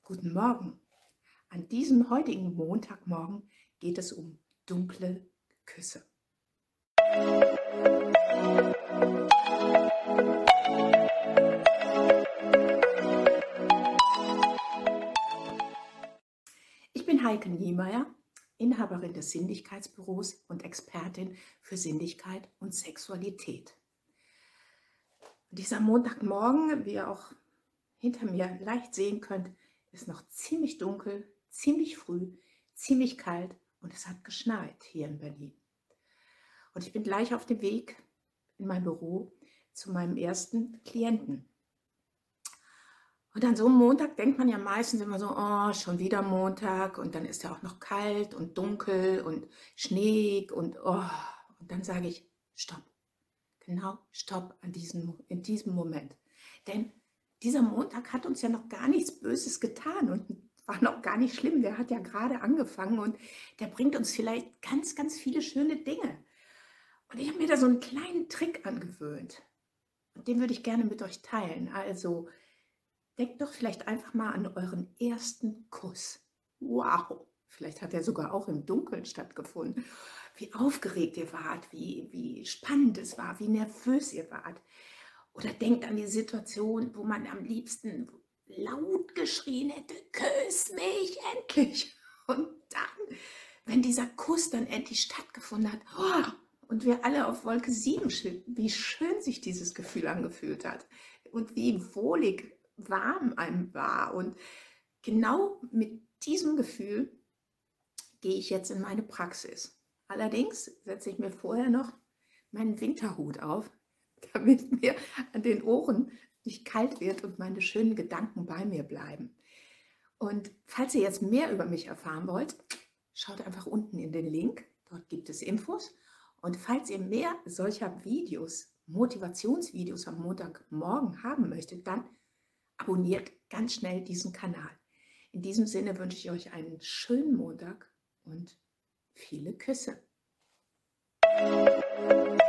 Guten Morgen. An diesem heutigen Montagmorgen geht es um dunkle Küsse. Ich bin Heike Niemeyer, Inhaberin des Sinnlichkeitsbüros und Expertin für Sinnlichkeit und Sexualität. Dieser Montagmorgen, wie ihr auch hinter mir leicht sehen könnt, ist noch ziemlich dunkel, ziemlich früh, ziemlich kalt und es hat geschneit hier in Berlin. Und ich bin gleich auf dem Weg in mein Büro zu meinem ersten Klienten. Und an so einem Montag denkt man ja meistens immer so, oh, schon wieder Montag und dann ist ja auch noch kalt und dunkel und schneeig und oh. Und dann sage ich, stopp, genau, stopp in diesem Moment. Denn dieser Montag hat uns ja noch gar nichts Böses getan und war noch gar nicht schlimm. Der hat ja gerade angefangen und der bringt uns vielleicht ganz, ganz viele schöne Dinge. Und ich habe mir da so einen kleinen Trick angewöhnt und den würde ich gerne mit euch teilen. Also denkt doch vielleicht einfach mal an euren ersten Kuss. Wow, vielleicht hat er sogar auch im Dunkeln stattgefunden. Wie aufgeregt ihr wart, wie spannend es war, wie nervös ihr wart. Oder denkt an die Situation, wo man am liebsten laut geschrien hätte, küss mich endlich. Und dann, wenn dieser Kuss dann endlich stattgefunden hat, oh, und wir alle auf Wolke 7 schwebten, wie schön sich dieses Gefühl angefühlt hat und wie wohlig warm einem war. Und genau mit diesem Gefühl gehe ich jetzt in meine Praxis. Allerdings setze ich mir vorher noch meinen Winterhut auf, damit mir an den Ohren nicht kalt wird und meine schönen Gedanken bei mir bleiben. Und falls ihr jetzt mehr über mich erfahren wollt, schaut einfach unten in den Link. Dort gibt es Infos. Und falls ihr mehr solcher Videos, Motivationsvideos am Montagmorgen haben möchtet, dann abonniert ganz schnell diesen Kanal. In diesem Sinne wünsche ich euch einen schönen Montag und viele Küsse.